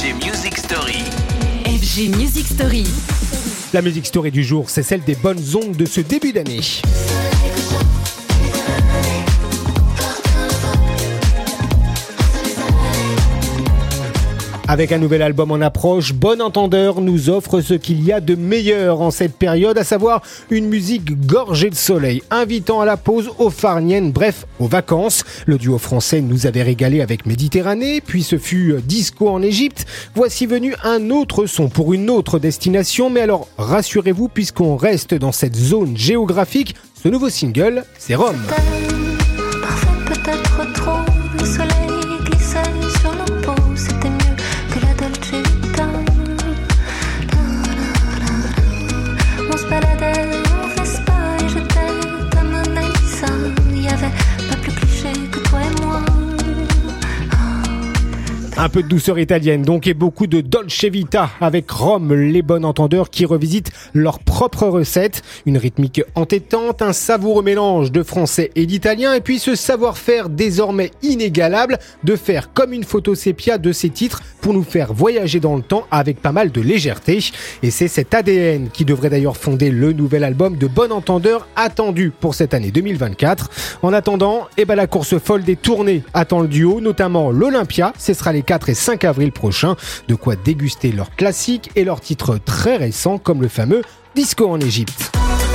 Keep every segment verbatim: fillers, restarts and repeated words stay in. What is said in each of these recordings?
G Music Story. F G Music Story. La musique story du jour, c'est celle des bonnes ondes de ce début d'année. Avec un nouvel album en approche, Bon Entendeur nous offre ce qu'il y a de meilleur en cette période, à savoir une musique gorgée de soleil, invitant à la pause, aux farniennes, bref, aux vacances. Le duo français nous avait régalé avec Méditerranée, puis ce fut Disco en Égypte. Voici venu un autre son pour une autre destination, mais alors rassurez-vous, puisqu'on reste dans cette zone géographique, ce nouveau single, c'est Rome. Parfois peut-être trop, le soleil glissait sur nos peaux, c'était mieux que la Dolce Vita. On se baladait en Vespa et j'étais ta Mona Lisa. Il y avait pas plus cliché que toi et moi. Un peu de douceur italienne donc et beaucoup de Dolce Vita avec Rome, les bons entendeurs qui revisitent leur propre recette. Une rythmique entêtante, un savoureux mélange de français et d'italien et puis ce savoir-faire désormais inégalable de faire comme une photo sépia de ces titres pour nous faire voyager dans le temps avec pas mal de légèreté. Et c'est cet A D N qui devrait d'ailleurs fonder le nouvel album de Bon Entendeur attendu pour cette année deux mille vingt-quatre. En attendant, eh ben la course folle des tournées attend le duo, notamment l'Olympia. Ce sera les quatre et cinq avril prochains. De quoi déguster leurs classiques et leurs titres très récents comme le fameux Disco en Égypte.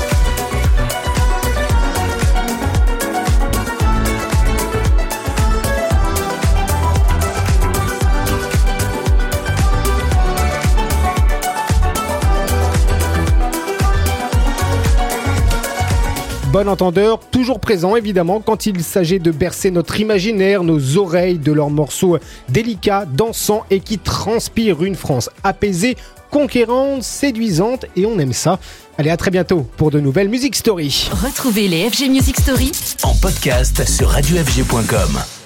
Bon Entendeur, toujours présent évidemment quand il s'agit de bercer notre imaginaire, nos oreilles de leurs morceaux délicats, dansants et qui transpirent une France apaisée, conquérante, séduisante et on aime ça. Allez, à très bientôt pour de nouvelles Music Story. Retrouvez les F G Music Story En podcast sur radio f g point com.